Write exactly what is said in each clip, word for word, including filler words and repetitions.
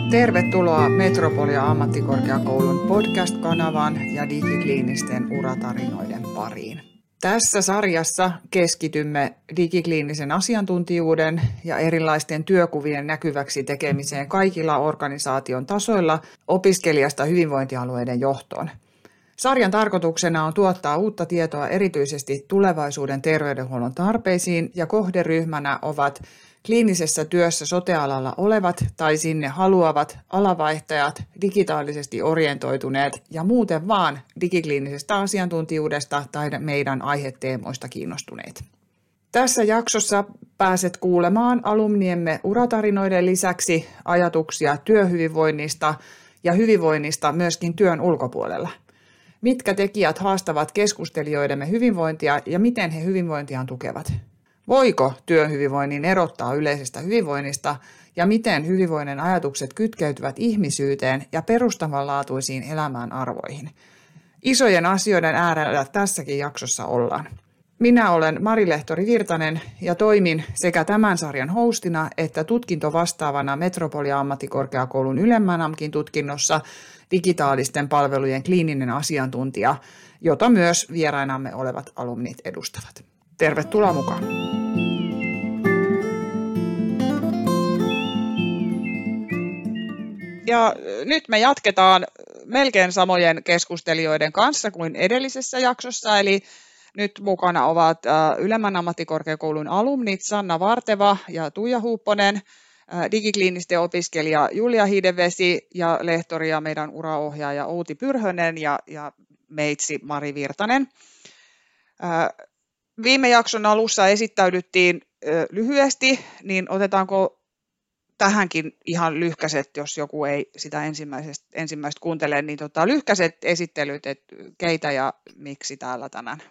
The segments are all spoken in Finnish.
Tervetuloa Metropolia Ammattikorkeakoulun podcast-kanavan ja digikliinisten uratarinoiden pariin. Tässä sarjassa keskitymme digikliinisen asiantuntijuuden ja erilaisten työkuvien näkyväksi tekemiseen kaikilla organisaation tasoilla opiskelijasta hyvinvointialueiden johtoon. Sarjan tarkoituksena on tuottaa uutta tietoa erityisesti tulevaisuuden terveydenhuollon tarpeisiin ja kohderyhmänä ovat kliinisessä työssä sote-alalla olevat tai sinne haluavat alavaihtajat, digitaalisesti orientoituneet ja muuten vaan digikliinisestä asiantuntijuudesta tai meidän aiheteemoista kiinnostuneet. Tässä jaksossa pääset kuulemaan alumniemme uratarinoiden lisäksi ajatuksia työhyvinvoinnista ja hyvinvoinnista myöskin työn ulkopuolella. Mitkä tekijät haastavat keskustelijoidemme hyvinvointia ja miten he hyvinvointiaan tukevat? Voiko työhyvinvoinnin erottaa yleisestä hyvinvoinnista ja miten hyvinvoinnin ajatukset kytkeytyvät ihmisyyteen ja perustavanlaatuisiin elämän arvoihin? Isojen asioiden äärellä tässäkin jaksossa ollaan. Minä olen Mari Lehtori-Virtanen ja toimin sekä tämän sarjan hostina että tutkintovastaavana Metropolia Ammattikorkeakoulun ylemmän A M K:n tutkinnossa digitaalisten palvelujen kliininen asiantuntija, jota myös vierainamme olevat alumnit edustavat. Tervetuloa mukaan! Ja nyt me jatketaan melkein samojen keskustelijoiden kanssa kuin edellisessä jaksossa, eli nyt mukana ovat ylemmän ammattikorkeakoulun alumnit Sanna Varteva ja Tuija Huupponen, digikliinisten opiskelija Julia Hiidevesi ja lehtori ja meidän uraohjaaja Outi Pyrhönen ja, ja meitsi Mari Virtanen. Viime jakson alussa esittäydyttiin lyhyesti, niin otetaanko tähänkin ihan lyhkäiset, jos joku ei sitä ensimmäisestä, ensimmäistä kuuntele, niin tota, lyhkäiset esittelyt, että keitä ja miksi täällä tänään.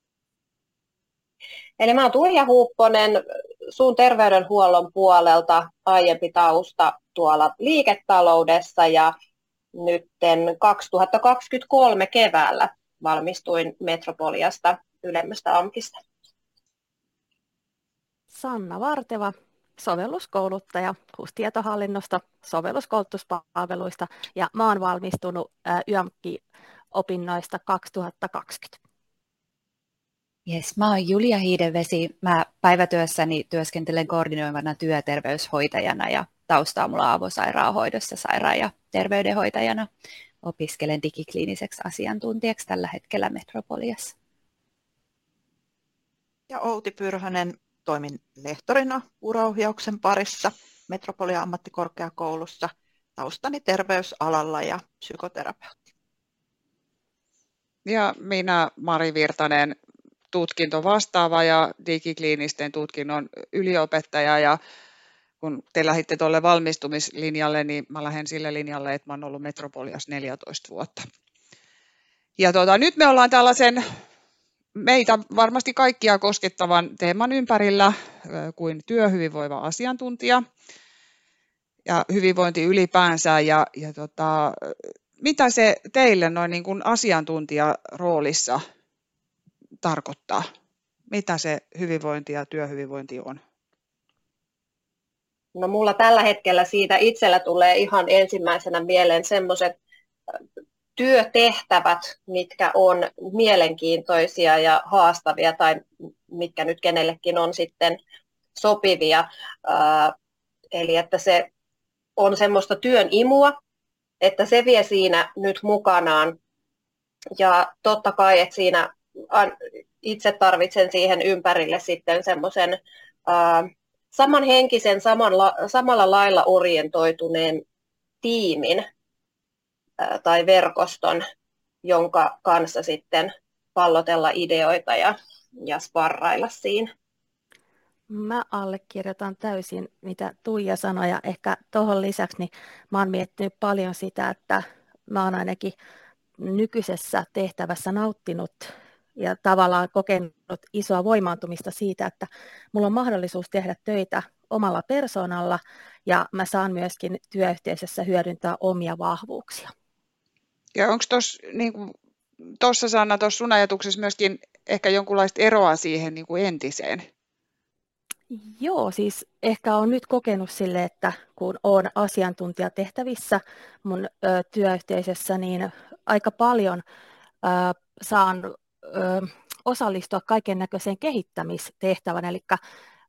Eli mä oon Tuija Huupponen, suun terveydenhuollon puolelta, aiempi tausta tuolla liiketaloudessa ja nytten kaksituhattakaksikymmentäkolme keväällä valmistuin Metropoliasta ylemmästä A M Kista. Sanna Varteva, sovelluskouluttaja H U S-tietohallinnosta, sovelluskoulutuspalveluista ja mä oon valmistunut Y A M K-opinnoista kaksituhattakaksikymmentä. Yes, mä oon Julia Hiidevesi. Mä päivätyössäni työskentelen koordinoivana työterveyshoitajana ja taustaa mulla on avosairaanhoidossa sairaan- ja terveydenhoitajana. Opiskelen digikliiniseksi asiantuntijaksi tällä hetkellä Metropoliassa. Ja Outi Pyrhönen, toimin lehtorina uraohjauksen parissa Metropolia Ammattikorkeakoulussa, taustani terveysalalla ja psykoterapeutti. Ja minä Mari Virtanen, tutkinto vastaava ja digikliinisten tutkinnon yliopettaja, ja kun te lähditte tuolle valmistumislinjalle, niin mä lähden sille linjalle, että mä oon ollut Metropoliassa neljätoista vuotta. Ja tuota, nyt me ollaan tällaisen meitä varmasti kaikkia koskettavan teeman ympärillä kuin työhyvinvoiva asiantuntija ja hyvinvointi ylipäänsä. Ja, ja tota, mitä se teille noin niin kuin asiantuntijaroolissa tarkoittaa? Mitä se hyvinvointi ja työhyvinvointi on? No mulla tällä hetkellä siitä itsellä tulee ihan ensimmäisenä mieleen semmoiset työtehtävät, mitkä on mielenkiintoisia ja haastavia tai mitkä nyt kenellekin on sitten sopivia. Eli että se on semmoista työn imua, että se vie siinä nyt mukanaan. Ja totta kai, että siinä itse tarvitsen siihen ympärille sitten semmoisen samanhenkisen, samalla, samalla lailla orientoituneen tiimin tai verkoston, jonka kanssa sitten pallotella ideoita ja, ja sparrailla siinä. Mä allekirjoitan täysin, mitä Tuija sanoi, ja ehkä tuohon lisäksi niin mä oon miettinyt paljon sitä, että mä oon ainakin nykyisessä tehtävässä nauttinut ja tavallaan kokenut isoa voimaantumista siitä, että mulla on mahdollisuus tehdä töitä omalla persoonalla ja mä saan myöskin työyhteisössä hyödyntää omia vahvuuksia. Ja onko tuossa niin tuossa Sanna, tuossa sun ajatuksessa myöskin ehkä jonkunlaista eroa siihen niin kuin entiseen? Joo, siis ehkä olen nyt kokenut sille, että kun olen asiantuntijatehtävissä mun ö, työyhteisössä, niin aika paljon ö, saan ö, osallistua kaiken näköiseen kehittämistehtävään. Eli ö,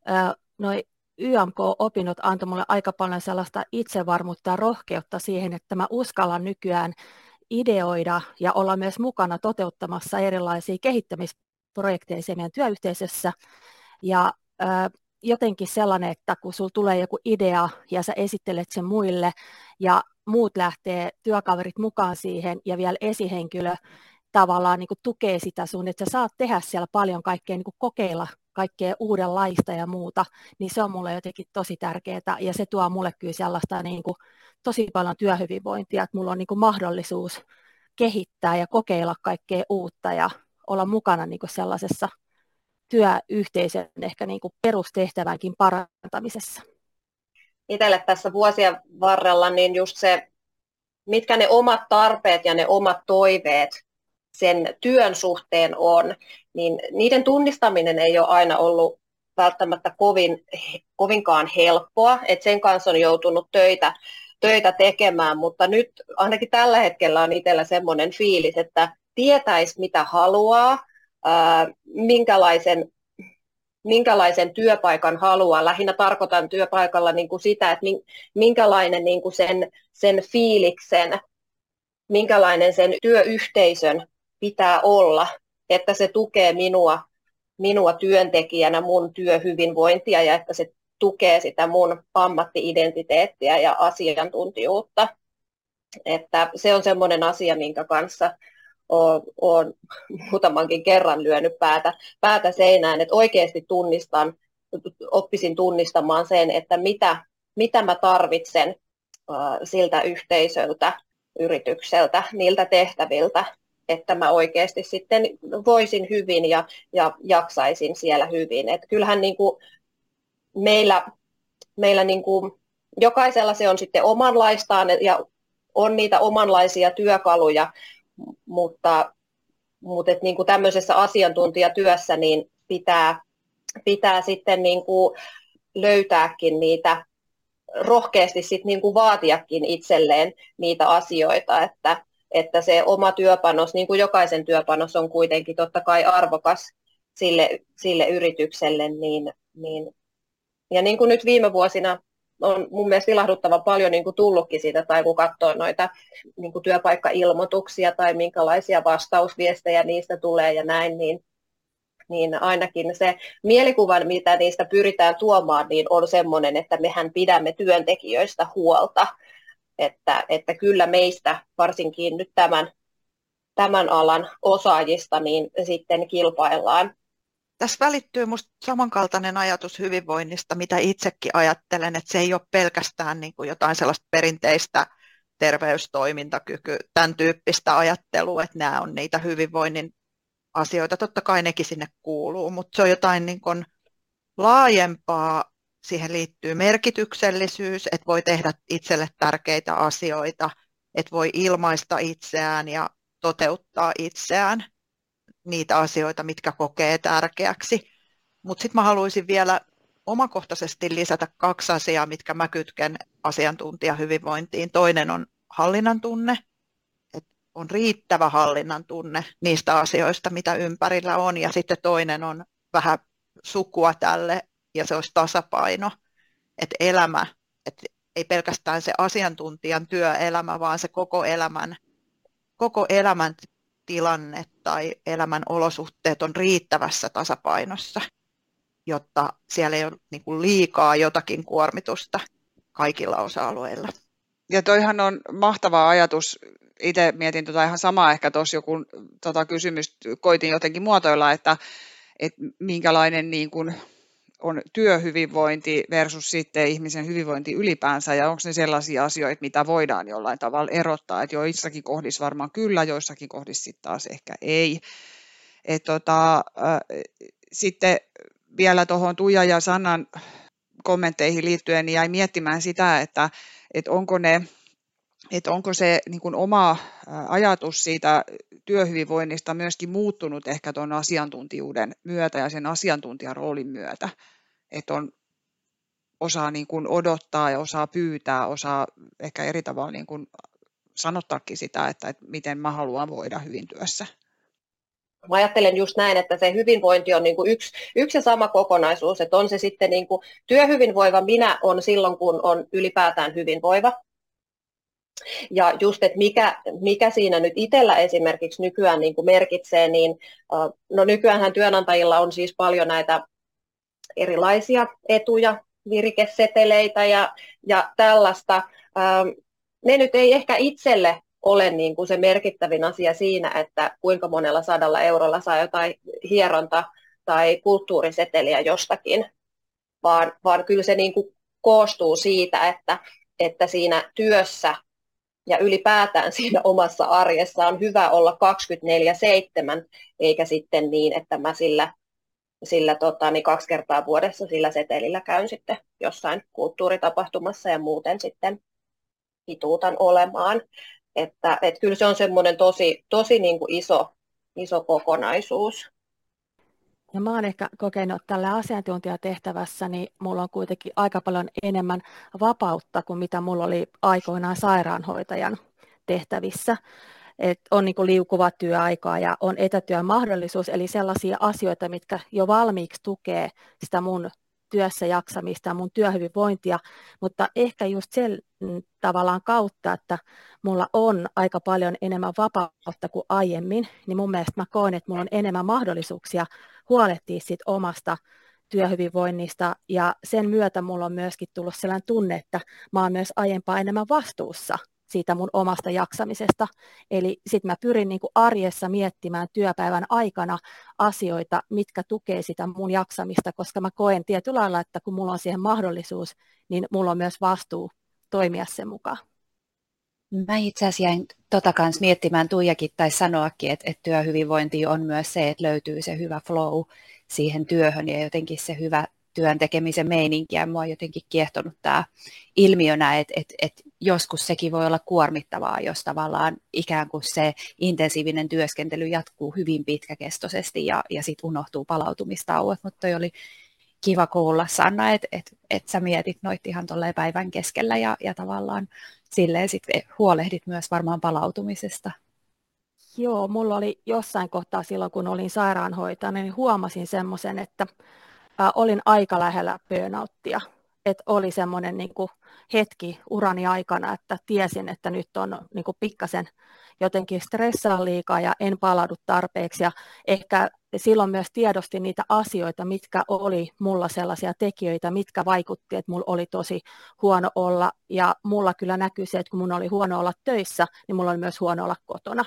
noi Y M K-opinnot antoi mulle aika paljon sellaista itsevarmuutta ja rohkeutta siihen, että mä uskallan nykyään ideoida ja olla myös mukana toteuttamassa erilaisia kehittämisprojekteja meidän työyhteisössä. Ja ö, jotenkin sellainen, että kun sulla tulee joku idea ja sä esittelet sen muille ja muut lähtee, työkaverit mukaan siihen ja vielä esihenkilö tavallaan niin kuin tukee sitä sun, että sä saat tehdä siellä paljon kaikkea, niin kuin kokeilla kaikkea uudenlaista ja muuta, niin se on mulle jotenkin tosi tärkeää ja se tuo mulle kyllä sellaista niin kuin tosi paljon työhyvinvointia, että mulla on niin kuin mahdollisuus kehittää ja kokeilla kaikkea uutta ja olla mukana niin kuin sellaisessa työyhteisön ehkä niin kuin perustehtävänkin parantamisessa. Itselle tässä vuosien varrella niin just se, mitkä ne omat tarpeet ja ne omat toiveet sen työn suhteen on, niin niiden tunnistaminen ei ole aina ollut välttämättä kovin, kovinkaan helppoa, että sen kanssa on joutunut töitä, töitä tekemään, mutta nyt ainakin tällä hetkellä on itsellä semmoinen fiilis, että tietäisi mitä haluaa, ää, minkälaisen minkälaisen työpaikan haluaa. Lähinnä tarkoitan työpaikalla niin kuin sitä, että minkälainen niin kuin sen, sen fiiliksen, minkälainen sen työyhteisön pitää olla, että se tukee minua, minua työntekijänä, mun työhyvinvointia ja että se tukee sitä mun ammatti-identiteettiä ja asiantuntijuutta. Että se on semmoinen asia, minkä kanssa olen muutamankin kerran lyönyt päätä, päätä seinään, että oikeasti tunnistan, oppisin tunnistamaan sen, että mitä, mitä mä tarvitsen siltä yhteisöltä, yritykseltä, niiltä tehtäviltä, että mä oikeasti sitten voisin hyvin ja, ja jaksaisin siellä hyvin. Et kyllähän niin kuin meillä, meillä niin kuin jokaisella se on sitten omanlaistaan ja on niitä omanlaisia työkaluja, mutta, mutta et niin kuin tämmöisessä asiantuntijatyössä niin pitää, pitää sitten niin kuin löytääkin niitä, rohkeasti sit niin kuin vaatiakin itselleen niitä asioita, että, että se oma työpanos, niin kuin jokaisen työpanos on kuitenkin totta kai arvokas sille, sille yritykselle, niin, niin, ja niin kuin nyt viime vuosina on mun mielestä ilahduttavan paljon niin kuin tullutkin siitä, tai kun katsoo noita niin kuin työpaikkailmoituksia tai minkälaisia vastausviestejä niistä tulee ja näin, niin, niin ainakin se mielikuva, mitä niistä pyritään tuomaan, niin on semmoinen, että mehän pidämme työntekijöistä huolta, että, että kyllä meistä, varsinkin nyt tämän, tämän alan osaajista, niin sitten kilpaillaan. Tässä välittyy minusta samankaltainen ajatus hyvinvoinnista, mitä itsekin ajattelen, että se ei ole pelkästään niin kuin jotain sellaista perinteistä terveystoimintakyky, tämän tyyppistä ajattelua, että nämä on niitä hyvinvoinnin asioita. Totta kai nekin sinne kuuluu, mutta se on jotain niin kuin laajempaa. Siihen liittyy merkityksellisyys, että voi tehdä itselle tärkeitä asioita, että voi ilmaista itseään ja toteuttaa itseään. Niitä asioita, mitkä kokee tärkeäksi. Mutta sitten mä haluaisin vielä omakohtaisesti lisätä kaksi asiaa, mitkä mä kytken asiantuntijahyvinvointiin. Toinen on hallinnan tunne, että on riittävä hallinnan tunne niistä asioista, mitä ympärillä on. Ja sitten toinen on vähän sukua tälle, ja se olisi tasapaino, että elämä, että ei pelkästään se asiantuntijan työelämä, vaan se koko elämän, koko elämän tilanne tai elämän olosuhteet on riittävässä tasapainossa, jotta siellä ei ole niin kuin liikaa jotakin kuormitusta kaikilla osa-alueilla. Ja toihan on mahtava ajatus. Itse mietin tota ihan samaa ehkä tuossa joku tota kysymys koitin jotenkin muotoilla, että, että minkälainen niin kuin on työhyvinvointi versus sitten ihmisen hyvinvointi ylipäänsä, ja onko ne sellaisia asioita, mitä voidaan jollain tavalla erottaa, että joissakin kohdissa varmaan kyllä, joissakin kohdissa sitten taas ehkä ei. Et tota, äh, sitten vielä tuohon Tuija ja Sannan kommentteihin liittyen niin jäi miettimään sitä, että, että onko ne että onko se niin kuin oma ajatus siitä työhyvinvoinnista myöskin muuttunut ehkä tuon asiantuntijuuden myötä ja sen asiantuntijaroolin myötä. että on, osaa niin kuin odottaa ja osaa pyytää, osaa ehkä eri tavalla niin kuin sanottaakin sitä, että, että miten mä haluan voida hyvin työssä. Mä ajattelen just näin, että se hyvinvointi on niin kuin yksi, yksi ja sama kokonaisuus, että on se sitten niin kuin työhyvinvoiva minä on silloin, kun on ylipäätään hyvinvoiva. Ja just, että mikä, mikä siinä nyt itsellä esimerkiksi nykyään niin kuin merkitsee, niin no nykyäänhän työnantajilla on siis paljon näitä erilaisia etuja, virikeseteleitä ja, ja tällaista. Ne nyt ei ehkä itselle ole niin kuin se merkittävin asia siinä, että kuinka monella sadalla eurolla saa jotain hieronta- tai kulttuuriseteliä jostakin, vaan, vaan kyllä se niin kuin koostuu siitä, että, että siinä työssä ja ylipäätään siinä omassa arjessa on hyvä olla kaksikymmentäneljä seitsemän, eikä sitten niin, että mä sillä, sillä tota, niin kaksi kertaa vuodessa sillä setelillä käyn sitten jossain kulttuuritapahtumassa ja muuten sitten hituutan olemaan. Että, että kyllä se on semmoinen tosi, tosi niin kuin iso, iso kokonaisuus. Ja mä oon ehkä kokenut että tällä asiantuntijatehtävässä, niin mulla on kuitenkin aika paljon enemmän vapautta kuin mitä mulla oli aikoinaan sairaanhoitajan tehtävissä. Et on niin kuin liukuvaa työaikaa ja on etätyömahdollisuus, eli sellaisia asioita, mitkä jo valmiiksi tukee sitä mun työssä jaksamista ja mun työhyvinvointia, mutta ehkä just sen tavallaan kautta, että mulla on aika paljon enemmän vapautta kuin aiemmin, niin mun mielestä mä koen, että mulla on enemmän mahdollisuuksia huolehtia siitä omasta työhyvinvoinnista ja sen myötä mulla on myöskin tullut sellainen tunne, että mä oon myös aiempaa enemmän vastuussa siitä mun omasta jaksamisesta. Eli sitten mä pyrin niin kuin arjessa miettimään työpäivän aikana asioita, mitkä tukee sitä mun jaksamista, koska mä koen tietyllä lailla, että kun mulla on siihen mahdollisuus, niin mulla on myös vastuu toimia sen mukaan. Mä itse asiassa jäin tota kanssa miettimään, Tuijakin taisi sanoakin, että, että työhyvinvointi on myös se, että löytyy se hyvä flow siihen työhön ja jotenkin se hyvä työn tekemisen meininki. Ja mua on jotenkin kiehtonut tämä ilmiönä, että, että, että joskus sekin voi olla kuormittavaa, jos tavallaan ikään kuin se intensiivinen työskentely jatkuu hyvin pitkäkestoisesti ja, ja sitten unohtuu palautumistauot, mutta toi oli kiva kuulla, Sanna, että et, et sä mietit noit ihan tolleen päivän keskellä ja, ja tavallaan silleen sit huolehdit myös varmaan palautumisesta. Joo, mulla oli jossain kohtaa silloin, kun olin sairaanhoitajana, niin huomasin semmoisen, että ä, olin aika lähellä burnouttia. Että oli semmoinen niin kuin hetki urani aikana, että tiesin, että nyt on niin kuin pikkasen jotenkin stressaan liikaa ja en palaudu tarpeeksi. Ja ehkä silloin myös tiedostin niitä asioita, mitkä oli mulla sellaisia tekijöitä, mitkä vaikutti, että mulla oli tosi huono olla. Ja mulla kyllä näkyy se, että kun mun oli huono olla töissä, niin mulla oli myös huono olla kotona.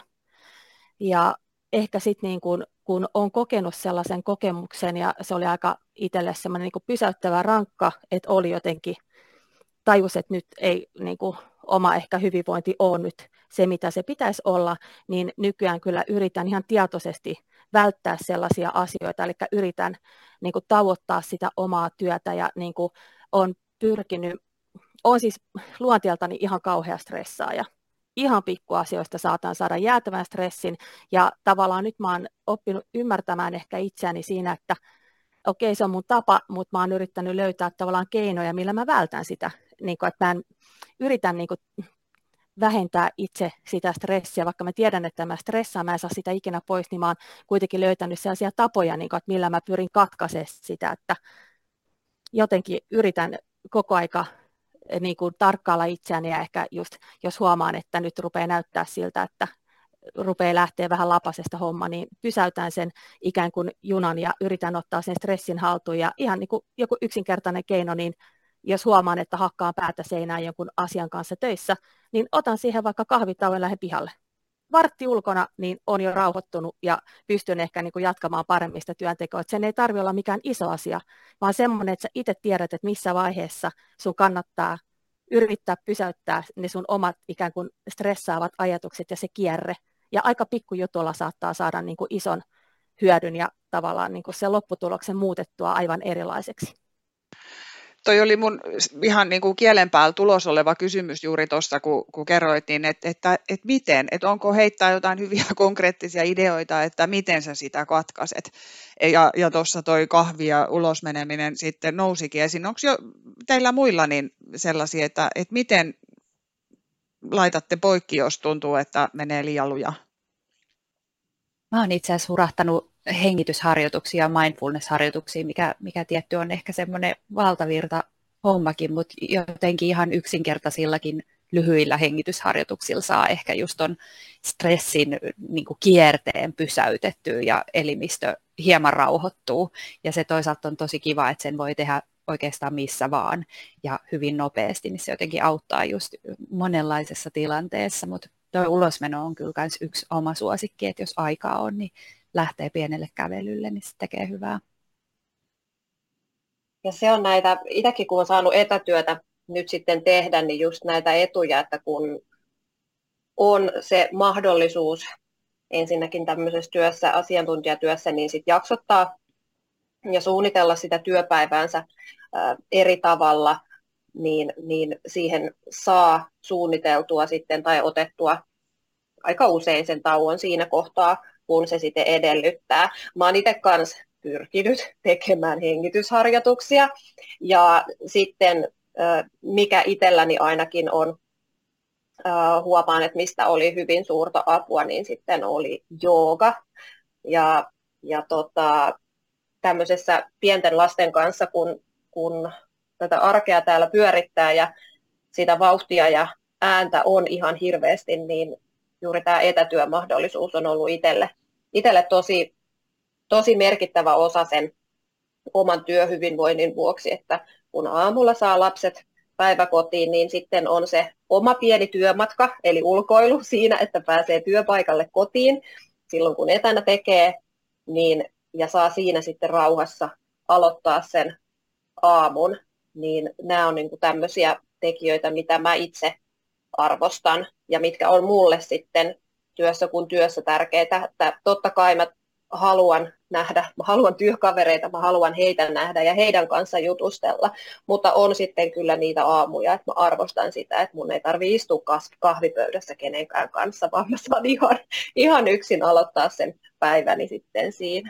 Ja ehkä sitten niin kun, kun olen kokenut sellaisen kokemuksen, ja se oli aika itselle semmoinen niin kuin pysäyttävä rankka, että oli jotenkin, tajus, että nyt ei niin kuin, oma ehkä hyvinvointi ole nyt se, mitä se pitäisi olla, niin nykyään kyllä yritän ihan tietoisesti välttää sellaisia asioita, eli yritän niin kuin, tavoittaa sitä omaa työtä, ja niin kuin, olen pyrkinyt, olen siis luonteeltani ihan kauhea stressaaja. Ihan pikkuasioista saatan saada jäätävän stressin, ja tavallaan nyt mä oon oppinut ymmärtämään ehkä itseäni siinä, että okei, se on mun tapa, mutta mä oon yrittänyt löytää tavallaan keinoja, millä mä vältän sitä, niin kuin, että mä en, yritän niin kuin, vähentää itse sitä stressiä, vaikka mä tiedän, että mä stressaan, mä en saa sitä ikinä pois, niin mä oon kuitenkin löytänyt sellaisia tapoja, niin kuin, että millä mä pyrin katkaisemaan sitä, että jotenkin yritän koko aika niin kuin tarkkailla itseäni ja ehkä just, jos huomaan, että nyt rupeaa näyttää siltä, että rupeaa lähteä vähän lapasesta homma, niin pysäytän sen ikään kuin junan ja yritän ottaa sen stressin haltuun. Ja ihan niin kuin joku yksinkertainen keino, niin jos huomaan, että hakkaan päätä seinään jonkun asian kanssa töissä, niin otan siihen vaikka kahvitauon ja lähden pihalle. Vartti ulkona, niin on jo rauhoittunut ja pystyn ehkä niin kuin jatkamaan paremmin sitä työntekoa. Sen ei tarvitse olla mikään iso asia, vaan semmoinen, että sä itse tiedät, että missä vaiheessa sun kannattaa yrittää pysäyttää ne sun omat ikään kuin stressaavat ajatukset ja se kierre. Ja aika pikkujutulla saattaa saada niin kuin ison hyödyn ja tavallaan niin kuin sen lopputuloksen muutettua aivan erilaiseksi. toi oli mun ihan niin kuin kielen päällä tulos oleva kysymys juuri tuossa, kun, kun kerroit, niin että, että, että miten, että onko heittää jotain hyviä konkreettisia ideoita, että miten sä sitä katkaiset. Ja, ja tuossa toi kahvi ja ulosmeneminen sitten nousikin esiin. Onko jo teillä muilla niin sellaisia, että, että miten laitatte poikki, jos tuntuu, että menee liian lujaa? Mä oon itse asiassa hurahtanut hengitysharjoituksia ja mindfulness-harjoituksia, mikä, mikä tietty on ehkä semmoinen valtavirta hommakin, mutta jotenkin ihan yksinkertaisillakin lyhyillä hengitysharjoituksilla saa ehkä just ton stressin niin kuin kierteen pysäytettyä ja elimistö hieman rauhoittuu. Ja se toisaalta on tosi kiva, että sen voi tehdä oikeastaan missä vaan ja hyvin nopeasti, niin se jotenkin auttaa just monenlaisessa tilanteessa, mutta tuo ulosmeno on kyllä myös yksi oma suosikki, että jos aikaa on, niin lähtee pienelle kävelylle, niin se tekee hyvää. Ja se on näitä, itsekin kun on saanut etätyötä nyt sitten tehdä, niin just näitä etuja, että kun on se mahdollisuus ensinnäkin tämmöisessä työssä, asiantuntijatyössä, niin sitten jaksottaa ja suunnitella sitä työpäiväänsä eri tavalla, niin, niin siihen saa suunniteltua sitten tai otettua aika usein sen tauon siinä kohtaa, kun se sitten edellyttää. Mä oon itse kanssa pyrkinyt tekemään hengitysharjoituksia ja sitten mikä itselläni ainakin on, huomaan, että mistä oli hyvin suurta apua, niin sitten oli jooga ja, ja tota, tämmöisessä pienten lasten kanssa, kun, kun tätä arkea täällä pyörittää ja sitä vauhtia ja ääntä on ihan hirveästi, niin juuri tämä etätyömahdollisuus on ollut itselle, itselle tosi, tosi merkittävä osa sen oman työhyvinvoinnin vuoksi, että kun aamulla saa lapset päiväkotiin, niin sitten on se oma pieni työmatka, eli ulkoilu siinä, että pääsee työpaikalle kotiin silloin, kun etänä tekee, niin, ja saa siinä sitten rauhassa aloittaa sen aamun, niin nämä on niin kuin tämmöisiä tekijöitä, mitä mä itse arvostan ja mitkä on mulle sitten työssä kun työssä tärkeitä, että totta kai mä haluan nähdä, mä haluan työkavereita, mä haluan heitä nähdä ja heidän kanssa jutustella, mutta on sitten kyllä niitä aamuja, että mä arvostan sitä, että mun ei tarvitse istua kahvipöydässä kenenkään kanssa, vaan mä saan ihan, ihan yksin aloittaa sen päiväni sitten siinä.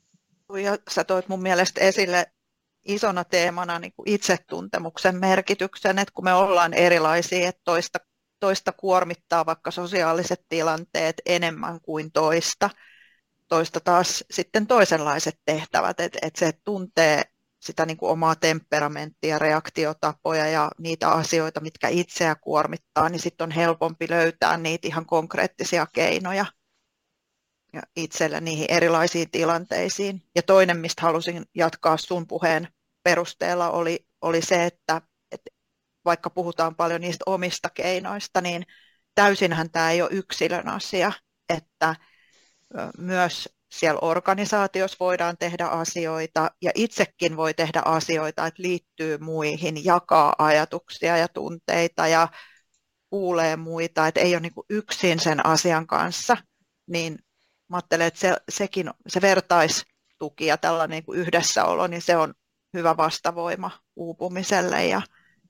Ja sä toit mun mielestä esille isona teemana niin kuin itsetuntemuksen merkityksen, että kun me ollaan erilaisia, että toista, toista kuormittaa vaikka sosiaaliset tilanteet enemmän kuin toista, toista taas sitten toisenlaiset tehtävät, että, että se tuntee sitä niin kuin omaa temperamenttia, reaktiotapoja ja niitä asioita, mitkä itseä kuormittaa, niin sitten on helpompi löytää niitä ihan konkreettisia keinoja ja itselle niihin erilaisiin tilanteisiin. Ja toinen, mistä halusin jatkaa sun puheen perusteella, oli, oli se, että, että vaikka puhutaan paljon niistä omista keinoista, niin täysinhän tämä ei ole yksilön asia, että myös siellä organisaatiossa voidaan tehdä asioita ja itsekin voi tehdä asioita, että liittyy muihin, jakaa ajatuksia ja tunteita ja kuulee muita, että ei ole niin kuin yksin sen asian kanssa, niin mä ajattelen, että se, sekin, se vertaistuki ja tällainen niin kuin yhdessäolo, niin se on hyvä vastavoima uupumiselle ja,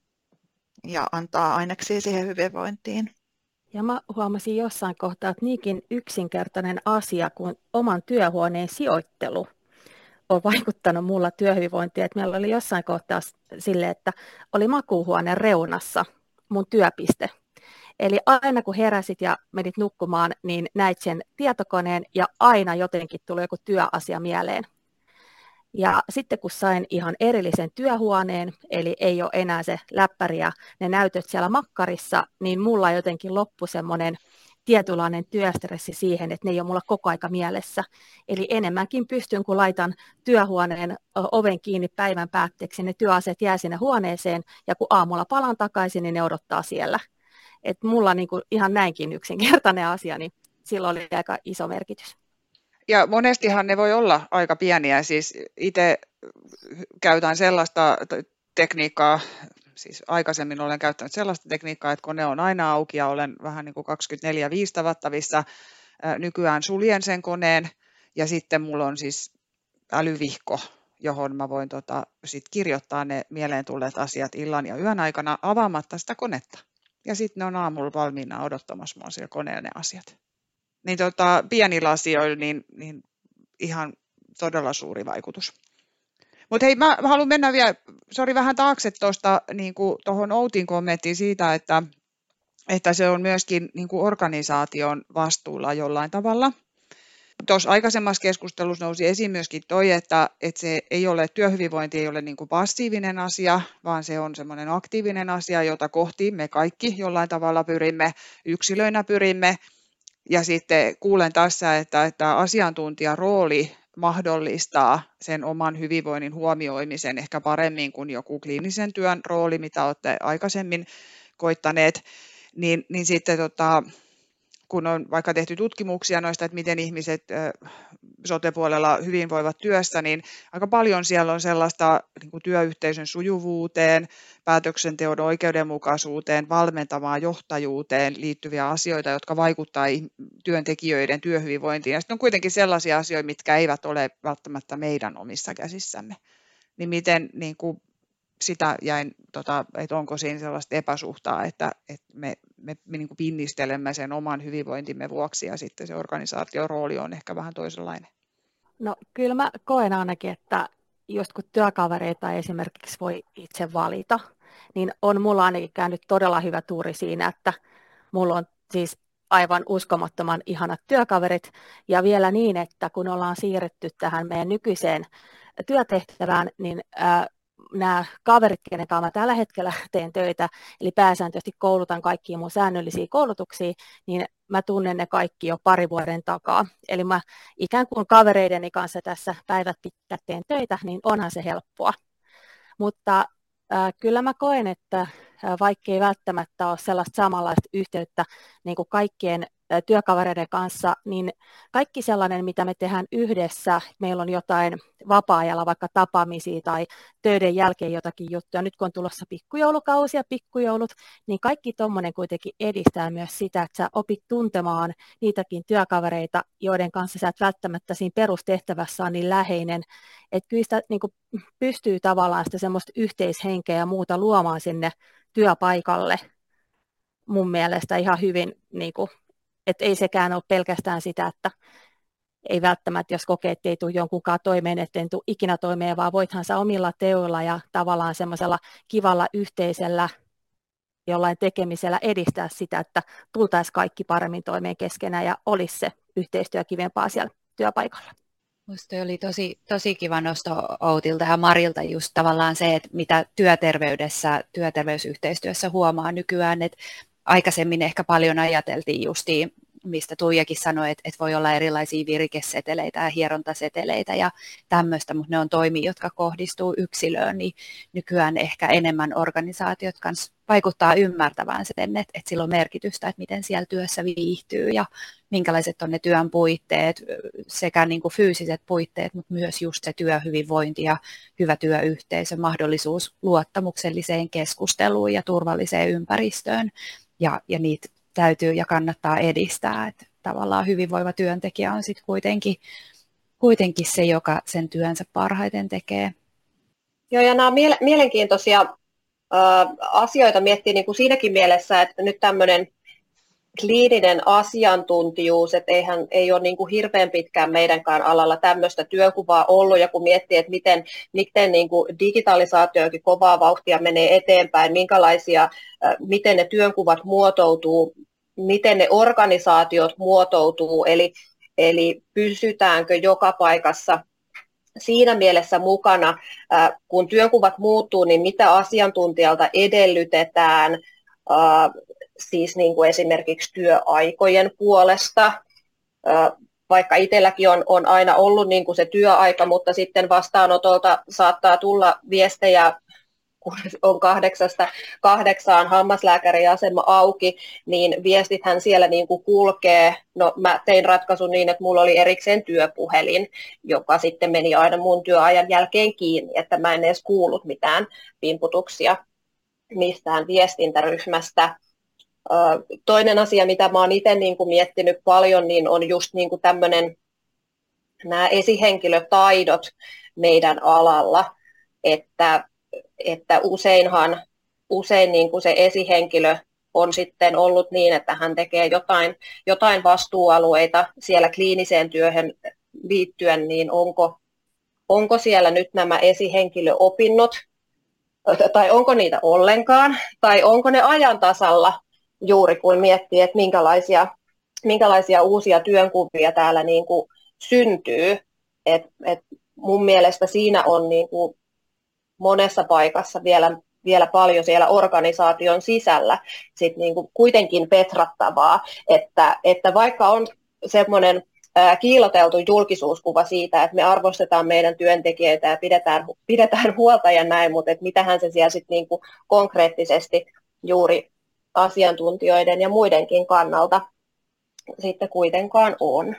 ja antaa aineksia siihen hyvinvointiin. Ja mä huomasin jossain kohtaa, että niinkin yksinkertainen asia kuin oman työhuoneen sijoittelu on vaikuttanut mulla työhyvinvointiin. Että meillä oli jossain kohtaa sille, että oli makuuhuoneen reunassa mun työpiste. Eli aina kun heräsit ja menit nukkumaan, niin näit sen tietokoneen ja aina jotenkin tuli joku työasia mieleen. Ja sitten kun sain ihan erillisen työhuoneen, eli ei ole enää se läppäri ja ne näytöt siellä makkarissa, niin mulla jotenkin loppui semmoinen tietynlainen työstressi siihen, että ne ei ole mulla koko aika mielessä. Eli enemmänkin pystyn, kun laitan työhuoneen oven kiinni päivän päätteeksi, ne työasiat jää sinne huoneeseen, ja kun aamulla palaan takaisin, niin ne odottaa siellä. Että mulla niin kuin ihan näinkin yksinkertainen asia, niin silloin oli aika iso merkitys. Ja monestihan ne voi olla aika pieniä, siis itse käytän sellaista tekniikkaa, siis aikaisemmin olen käyttänyt sellaista tekniikkaa, että kone on aina auki ja olen vähän niin kuin kaksikymmentäneljä viisi tavattavissa, nykyään suljen sen koneen ja sitten mulla on siis älyvihko, johon mä voin tota, sit kirjoittaa ne mieleen tulleet asiat illan ja yön aikana avaamatta sitä konetta. Ja sitten ne on aamulla valmiina odottamassa mua siellä koneella ne asiat. Niin tota, pienillä asioilla niin, niin ihan todella suuri vaikutus. Mutta hei, mä haluan mennä vielä, sori vähän taakse tuosta niin tuohon Outin kommenttiin siitä, että, että se on myöskin niin kuin organisaation vastuulla jollain tavalla. Tuossa aikaisemmassa keskustelussa nousi esiin myöskin toi, että, että se ei ole, työhyvinvointi ei ole niin kuin passiivinen asia, vaan se on semmoinen aktiivinen asia, jota kohti me kaikki jollain tavalla pyrimme, yksilöinä pyrimme. Ja sitten kuulen tässä, että, että asiantuntijan rooli mahdollistaa sen oman hyvinvoinnin huomioimisen ehkä paremmin kuin joku kliinisen työn rooli, mitä olette aikaisemmin koittaneet, niin, niin sitten tota, kun on vaikka tehty tutkimuksia noista, että miten ihmiset sote-puolella hyvinvoivat työssä, niin aika paljon siellä on sellaista niin kuin työyhteisön sujuvuuteen, päätöksenteon oikeudenmukaisuuteen, valmentavaan johtajuuteen liittyviä asioita, jotka vaikuttaa työntekijöiden työhyvinvointiin. Ja sitten on kuitenkin sellaisia asioita, mitkä eivät ole välttämättä meidän omissa käsissämme. Niin miten niin kuin sitä jäin, tota, että onko siinä sellaista epäsuhtaa, että, että me, me, me niin kuin pinnistelemme sen oman hyvinvointimme vuoksi ja sitten se organisaation rooli on ehkä vähän toisenlainen. No kyllä mä koen ainakin, että just kun työkavereita esimerkiksi voi itse valita, niin on mulla ainakin käynyt todella hyvä tuuri siinä, että mulla on siis aivan uskomattoman ihanat työkaverit ja vielä niin, että kun ollaan siirretty tähän meidän nykyiseen työtehtävään, niin ää, nämä kaverit, kenen kanssa mä tällä hetkellä teen töitä, eli pääsääntöisesti koulutan kaikkia mun säännöllisiä koulutuksia, niin mä tunnen ne kaikki jo pari vuoden takaa. Eli mä ikään kuin kavereideni kanssa tässä päivät pitkät teen töitä, niin onhan se helppoa. Mutta äh, kyllä mä koen, että äh, vaikka ei välttämättä ole sellaista samanlaista yhteyttä niin kuin kaikkien äh, työkavereiden kanssa, niin kaikki sellainen, mitä me tehdään yhdessä, meillä on jotain vapaa-ajalla, vaikka tapaamisia tai töiden jälkeen jotakin juttuja. Nyt kun on tulossa pikkujoulukausi ja pikkujoulut, niin kaikki tuommoinen kuitenkin edistää myös sitä, että sä opit tuntemaan niitäkin työkavereita, joiden kanssa sä et välttämättä siinä perustehtävässä on niin läheinen. Että kyllä sitä niin kuin pystyy tavallaan sitä semmoista yhteishenkeä ja muuta luomaan sinne työpaikalle mun mielestä ihan hyvin, niin kuin, että ei sekään ole pelkästään sitä, että ei välttämättä, jos kokee, että ei tule jonkunkaan toimeen, että en tule ikinä toimeen, vaan voithan sä omilla teoilla ja tavallaan semmoisella kivalla yhteisellä jollain tekemisellä edistää sitä, että tultaisiin kaikki paremmin toimeen keskenään ja olisi se yhteistyö kivempaa siellä työpaikalla. Minusta oli tosi, tosi kiva nosto Outilta ja Marilta just tavallaan se, että mitä työterveydessä, työterveysyhteistyössä huomaa nykyään, että aikaisemmin ehkä paljon ajateltiin justiin, mistä Tuijakin sanoi, että, että voi olla erilaisia virikeseteleitä ja hierontaseteleitä ja tämmöistä, mutta ne on toimia, jotka kohdistuu yksilöön, niin nykyään ehkä enemmän organisaatiot kanssa vaikuttaa ymmärtävään sen, että, että sillä on merkitystä, että miten siellä työssä viihtyy ja minkälaiset on ne työn puitteet, sekä niin kuin fyysiset puitteet, mutta myös just se työhyvinvointi ja hyvä työyhteisö, mahdollisuus luottamukselliseen keskusteluun ja turvalliseen ympäristöön ja, ja niitä täytyy ja kannattaa edistää, että tavallaan hyvinvoiva työntekijä on sitten kuitenkin, kuitenkin se, joka sen työnsä parhaiten tekee. Joo, ja nämä on mielenkiintoisia äh, asioita miettiä niin kuin siinäkin mielessä, että nyt tämmöinen kliininen asiantuntijuus, että eihän, ei ole niin kuin hirveän pitkään meidänkään alalla tämmöistä työkuvaa ollut, ja kun miettii, että miten, miten niin kuin digitalisaatiokin kovaa vauhtia menee eteenpäin, minkälaisia, miten ne työnkuvat muotoutuu, miten ne organisaatiot muotoutuu, eli, eli pysytäänkö joka paikassa siinä mielessä mukana, kun työnkuvat muuttuu, niin mitä asiantuntijalta edellytetään, siis niin kuin esimerkiksi työaikojen puolesta, vaikka itselläkin on, on aina ollut niin kuin se työaika, mutta sitten vastaanotolta saattaa tulla viestejä, kun on kahdeksasta kahdeksaan hammaslääkäriasema auki, niin viestithän siellä niin kuin kulkee. No, mä tein ratkaisun niin, että mulla oli erikseen työpuhelin, joka sitten meni aina mun työajan jälkeen kiinni, että mä en edes kuullut mitään pimputuksia mistään viestintäryhmästä. Toinen asia, mitä mä oon itse niin kuin miettinyt paljon, niin on just niin kuin tämmöinen nämä esihenkilötaidot, meidän alalla, että, että useinhan usein niin kuin se esihenkilö on sitten ollut niin, että hän tekee jotain, jotain vastuualueita siellä kliiniseen työhön liittyen, niin onko, onko siellä nyt nämä esihenkilöopinnot, tai onko niitä ollenkaan, tai onko ne ajan tasalla juuri kun miettii, että minkälaisia, minkälaisia uusia työnkuvia täällä niin kuin syntyy. Et, et mun mielestä siinä on niin kuin monessa paikassa vielä, vielä paljon siellä organisaation sisällä sit niin kuin kuitenkin petrattavaa, että, että vaikka on semmoinen kiiloteltu julkisuuskuva siitä, että me arvostetaan meidän työntekijöitä ja pidetään, pidetään huolta ja näin, mutta että mitähän se siellä sitten niin kuin konkreettisesti juuri asiantuntijoiden ja muidenkin kannalta sitten kuitenkaan on.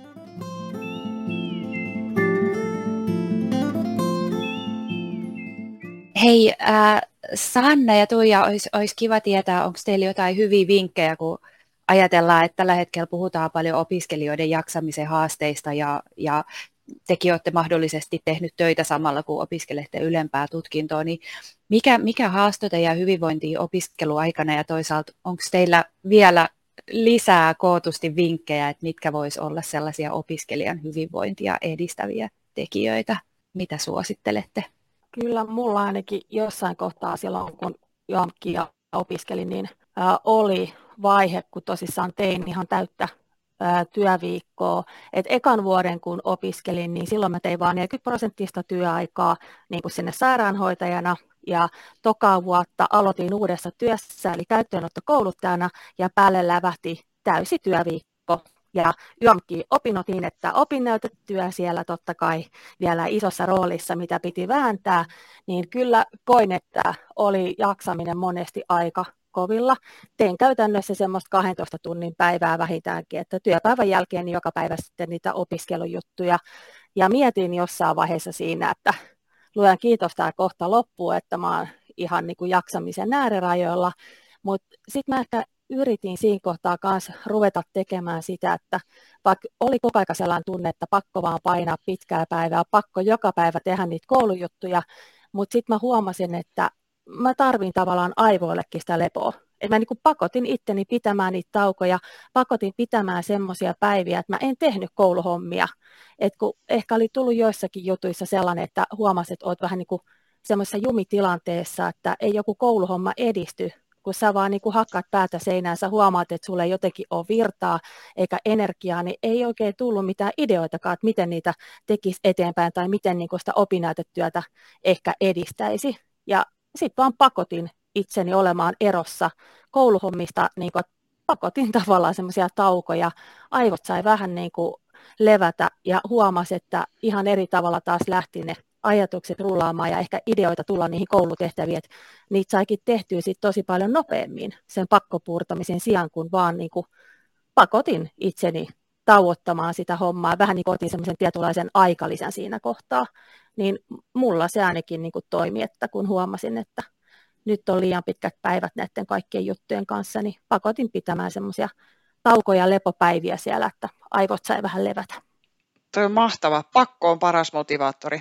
Hei, äh, Sanna ja Tuija, olisi, olisi kiva tietää, onko teillä jotain hyviä vinkkejä, kun ajatellaan, että tällä hetkellä puhutaan paljon opiskelijoiden jaksamisen haasteista ja, ja tekin olette mahdollisesti tehnyt töitä samalla, kun opiskelette ylempää tutkintoa, niin mikä, mikä haastoi teidän hyvinvointia opiskeluaikana ja toisaalta onko teillä vielä lisää kootusti vinkkejä, että mitkä vois olla sellaisia opiskelijan hyvinvointia edistäviä tekijöitä, mitä suosittelette? Kyllä mulla ainakin jossain kohtaa silloin, kun joamkin ja opiskelin, niin ää, oli vaihe, kun tosissaan tein ihan täyttä ää, työviikkoa. Et ekan vuoden, kun opiskelin, niin silloin mä tein vain neljäkymmentä prosenttista työaikaa niin kuin sinne sairaanhoitajana. Ja toka vuotta aloitin uudessa työssä, eli käyttöönottokouluttajana, ja päälle lävähti täysi työviikko. Ja YAMKin opinnot niin, että opinnäytetyö siellä totta kai vielä isossa roolissa, mitä piti vääntää, niin kyllä koin, että oli jaksaminen monesti aika kovilla. Tein käytännössä semmoista kahdentoista tunnin päivää vähintäänkin, että työpäivän jälkeen joka päivä sitten niitä opiskelujuttuja. Ja mietin jossain vaiheessa siinä, että luojan kiitos tämä kohta loppuu, että mä oon ihan niin kuin jaksamisen äärirajoilla, mutta sitten mä ehkä yritin siinä kohtaa myös ruveta tekemään sitä, että vaikka oli koko ajan sellainen tunne, että pakko vaan painaa pitkää päivää, pakko joka päivä tehdä niitä koulujuttuja, mutta sitten mä huomasin, että mä tarvin tavallaan aivoillekin sitä lepoa. Että mä niin kuin pakotin itteni pitämään niitä taukoja, pakotin pitämään semmoisia päiviä, että mä en tehnyt kouluhommia. Et kun ehkä oli tullut joissakin jutuissa sellainen, että huomasit, että oot vähän niin kuin semmoisessa jumitilanteessa, että ei joku kouluhomma edisty, kun sä vaan niin kuin hakkaat päätä seinään, sä huomaat, että sulle ei jotenkin ole virtaa eikä energiaa, niin ei oikein tullut mitään ideoitakaan, että miten niitä tekisi eteenpäin tai miten niin kuin sitä opinnäytetyötä ehkä edistäisi. Ja sitten vaan pakotin itseni olemaan erossa kouluhommista, niin kuin pakotin tavallaan semmoisia taukoja, aivot sai vähän niin kuin levätä ja huomasi, että ihan eri tavalla taas lähti ne ajatukset rullaamaan ja ehkä ideoita tulla niihin koulutehtäviin, että niitä saikin tehtyä sit tosi paljon nopeammin sen pakkopuurtamisen sijaan, kun vaan niin kuin pakotin itseni tauottamaan sitä hommaa, vähän niin kuin otin semmoisen tietynlaisen aikalisän siinä kohtaa, niin mulla se ainakin niin kuin toimi, että kun huomasin, että nyt on liian pitkät päivät näiden kaikkien juttujen kanssa, niin pakotin pitämään semmoisia taukoja lepopäiviä siellä, että aivot sai vähän levätä. Toi on mahtava. Pakko on paras motivaattori.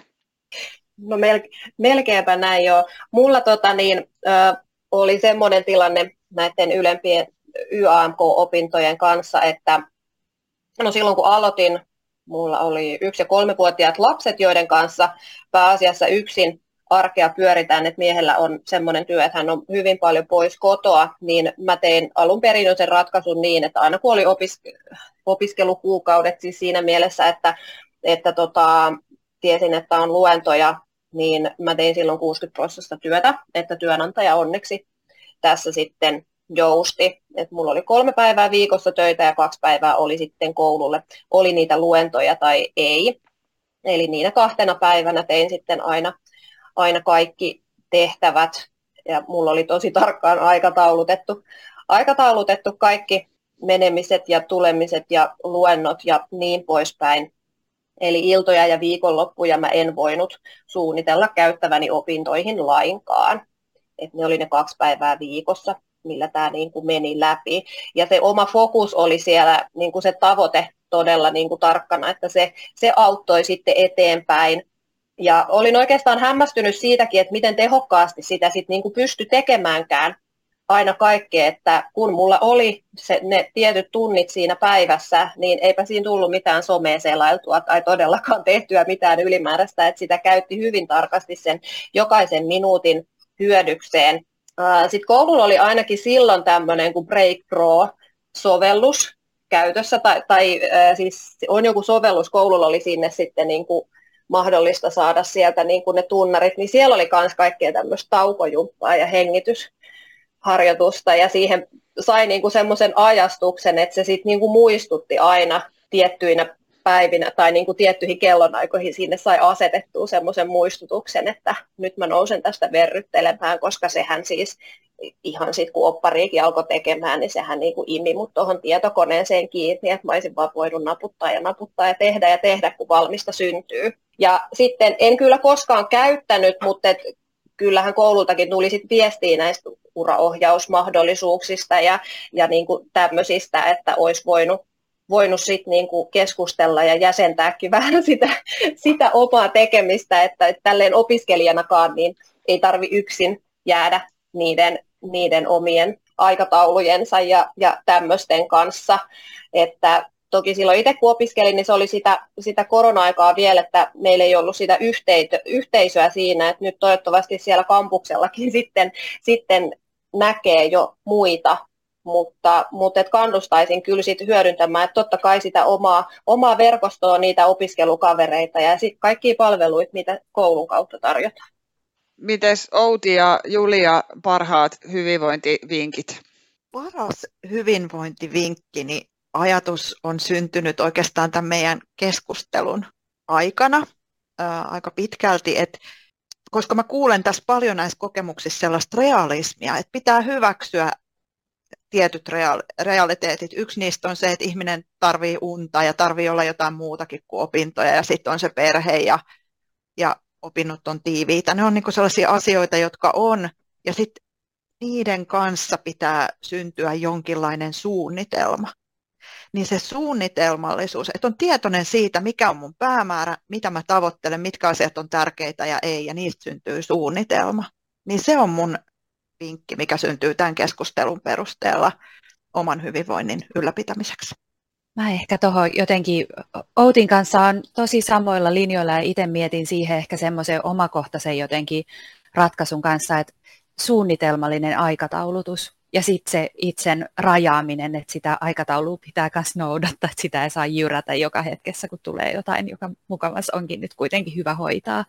No mel- melkeinpä näin jo. Mulla tota, niin, ö, oli semmoinen tilanne näiden ylempien Y A M K-opintojen kanssa, että no silloin kun aloitin, mulla oli yksi- ja kolmevuotiaat lapset, joiden kanssa pääasiassa yksin arkea pyöritään, että miehellä on semmoinen työ, että hän on hyvin paljon pois kotoa, niin mä tein alun perin sen ratkaisun niin, että aina kun oli opis- opiskelukuukaudet, siis siinä mielessä, että, että tota, tiesin, että on luentoja, niin mä tein silloin kuusikymmentä prosenttia työtä, että työnantaja onneksi tässä sitten jousti. Että mulla oli kolme päivää viikossa töitä ja kaksi päivää oli sitten koululle. Oli niitä luentoja tai ei. Eli niinä kahtena päivänä tein sitten aina, aina kaikki tehtävät. Ja mulla oli tosi tarkkaan aikataulutettu, aikataulutettu kaikki menemiset ja tulemiset ja luennot ja niin poispäin. Eli iltoja ja viikonloppuja mä en voinut suunnitella käyttäväni opintoihin lainkaan. Et ne oli ne kaksi päivää viikossa, millä tämä niin kuin meni läpi. Ja se oma fokus oli siellä, niin kuin se tavoite todella niin kuin tarkkana, että se, se auttoi sitten eteenpäin. Ja olin oikeastaan hämmästynyt siitäkin, että miten tehokkaasti sitä sit niinku pystyi tekemäänkään aina kaikkea, että kun mulla oli se, ne tietyt tunnit siinä päivässä, niin eipä siinä tullut mitään somea selailtua tai todellakaan tehtyä mitään ylimääräistä, että sitä käytti hyvin tarkasti sen jokaisen minuutin hyödykseen. Sitten koululla oli ainakin silloin tämmöinen kuin Break Pro-sovellus käytössä, tai, tai siis on joku sovellus, koululla oli sinne sitten niin kuin mahdollista saada sieltä niin kuin ne tunnarit, niin siellä oli myös kaikkea tämmöistä taukojumppaa ja hengitysharjoitusta, ja siihen sai niin kuin semmoisen ajastuksen, että se sitten niin kuin muistutti aina tiettyinä päivinä tai niin kuin tiettyihin kellonaikoihin sinne sai asetettua semmoisen muistutuksen, että nyt mä nousen tästä verryttelemään, koska sehän siis ihan sitten kun oppariikin alkoi tekemään, niin sehän niin kuin imi mut tuohon tietokoneeseen kiinni, että mä olisin vaan voinut naputtaa ja naputtaa ja tehdä ja tehdä, kun valmista syntyy. Ja sitten en kyllä koskaan käyttänyt, mutta et kyllähän koulultakin tuli sit viestiä näistä uraohjausmahdollisuuksista ja, ja niin kuin tämmöisistä, että olisi voinut voinut sit niinku keskustella ja jäsentääkin vähän sitä, sitä omaa tekemistä, että, että tälleen opiskelijanakaan niin ei tarvi yksin jäädä niiden, niiden omien aikataulujensa ja, ja tämmöisten kanssa. Että toki silloin itse kun opiskelin, niin se oli sitä, sitä korona-aikaa vielä, että meillä ei ollut sitä yhteisö, yhteisöä siinä, että nyt toivottavasti siellä kampuksellakin sitten, sitten näkee jo muita. Mutta, mutta et kannustaisin kyllä sit hyödyntämään, että totta kai sitä omaa, omaa verkostoa, niitä opiskelukavereita ja sitten kaikkia palveluita, mitä koulun kautta tarjotaan. Mites Outi ja Julia, parhaat hyvinvointivinkit? Paras hyvinvointivinkki, niin ajatus on syntynyt oikeastaan tämän meidän keskustelun aikana ää, aika pitkälti, että koska mä kuulen tässä paljon näissä kokemuksissa sellaista realismia, että pitää hyväksyä tietyt realiteetit. Yksi niistä on se, että ihminen tarvii unta ja tarvii olla jotain muutakin kuin opintoja ja sitten on se perhe ja, ja opinnot on tiiviitä. Ne on niinku sellaisia asioita, jotka on ja sitten niiden kanssa pitää syntyä jonkinlainen suunnitelma. Niin se suunnitelmallisuus, että on tietoinen siitä, mikä on mun päämäärä, mitä mä tavoittelen, mitkä asiat on tärkeitä ja ei, ja niistä syntyy suunnitelma. Niin se on mun vinkki, mikä syntyy tämän keskustelun perusteella oman hyvinvoinnin ylläpitämiseksi. Mä ehkä tuohon jotenkin Outin kanssa on tosi samoilla linjoilla ja itse mietin siihen ehkä semmoisen omakohtaisen jotenkin ratkaisun kanssa, että suunnitelmallinen aikataulutus ja sitten se itsen rajaaminen, että sitä aikataulua pitää myös noudattaa, että sitä ei saa jyrätä joka hetkessä, kun tulee jotain, joka mukavassa onkin nyt kuitenkin hyvä hoitaa.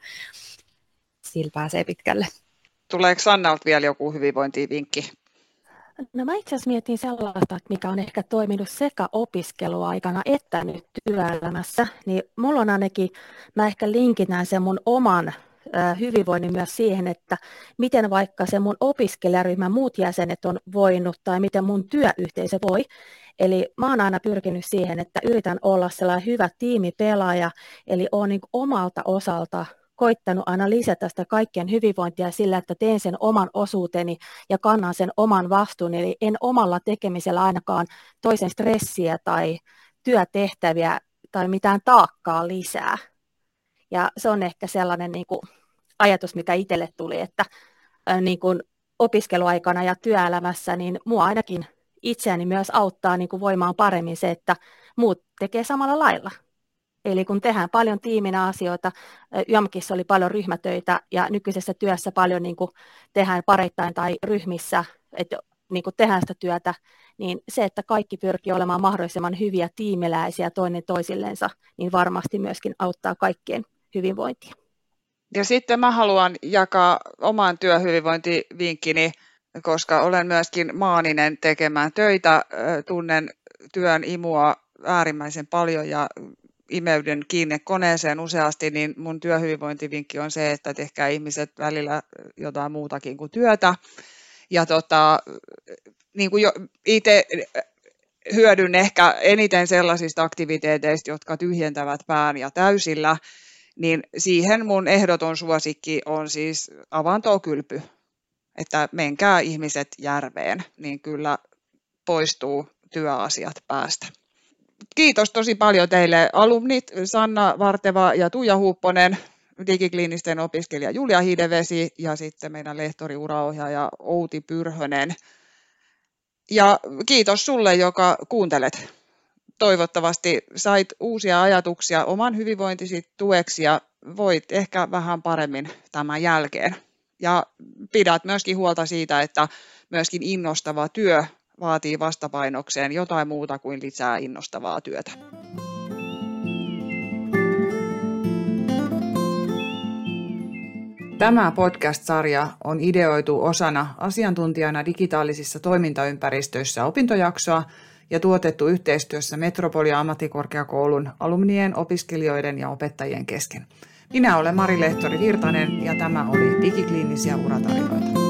Sillä pääsee pitkälle. Tuleeko Sannalta vielä joku hyvinvointivinkki? No mä itse asiassa mietin sellaista, mikä on ehkä toiminut sekä opiskeluaikana että nyt työelämässä, niin mulla on ainakin, mä ehkä linkitän sen mun oman hyvinvoinnin myös siihen, että miten vaikka se mun opiskelijaryhmän muut jäsenet on voinut tai miten mun työyhteisö voi. Eli mä oon aina pyrkinyt siihen, että yritän olla sellainen hyvä tiimipelaaja, eli oon niin omalta osalta koittanut aina lisätä sitä kaikkien hyvinvointia sillä, että teen sen oman osuuteni ja kannan sen oman vastuun, eli en omalla tekemisellä ainakaan toisen stressiä tai työtehtäviä tai mitään taakkaa lisää. Ja se on ehkä sellainen niin kuin ajatus, mikä itselle tuli, että niin kuin opiskeluaikana ja työelämässä, niin mua ainakin itseäni myös auttaa niin kuin voimaan paremmin se, että muut tekee samalla lailla. Eli kun tehdään paljon tiiminä asioita, Y A M Kissa oli paljon ryhmätöitä ja nykyisessä työssä paljon niin kuin tehdään pareittain tai ryhmissä, että niin kuin tehdään sitä työtä, niin se, että kaikki pyrkii olemaan mahdollisimman hyviä tiimiläisiä toinen toisillensa, niin varmasti myöskin auttaa kaikkien hyvinvointia. Ja sitten mä haluan jakaa oman työhyvinvointivinkkini, koska olen myöskin maaninen tekemään töitä, tunnen työn imua äärimmäisen paljon ja imeydyn kiinni koneeseen useasti, niin mun työhyvinvointivinkki on se, että tehkää ihmiset välillä jotain muutakin kuin työtä. Ja tota, niin kuin jo itse hyödyn ehkä eniten sellaisista aktiviteeteista, jotka tyhjentävät pään ja täysillä, niin siihen mun ehdoton suosikki on siis avantokylpy, että menkää ihmiset järveen, niin kyllä poistuu työasiat päästä. Kiitos tosi paljon teille alumnit, Sanna Varteva ja Tuija Huupponen. digikliinisten opiskelija Julia Hiidevesi ja sitten meidän lehtori uraohjaaja Outi Pyrhönen. Ja kiitos sulle, joka kuuntelet. Toivottavasti sait uusia ajatuksia oman hyvinvointisi tueksi ja voit ehkä vähän paremmin tämän jälkeen. Ja pidät myöskin huolta siitä, että myöskin innostava työ vaatii vastapainokseen jotain muuta kuin lisää innostavaa työtä. Tämä podcast-sarja on ideoitu osana asiantuntijana digitaalisissa toimintaympäristöissä opintojaksoa ja tuotettu yhteistyössä Metropolia-ammattikorkeakoulun alumnien, opiskelijoiden ja opettajien kesken. Minä olen Mari Lehtori Virtanen ja tämä oli Digikliinisiä uratarinoita.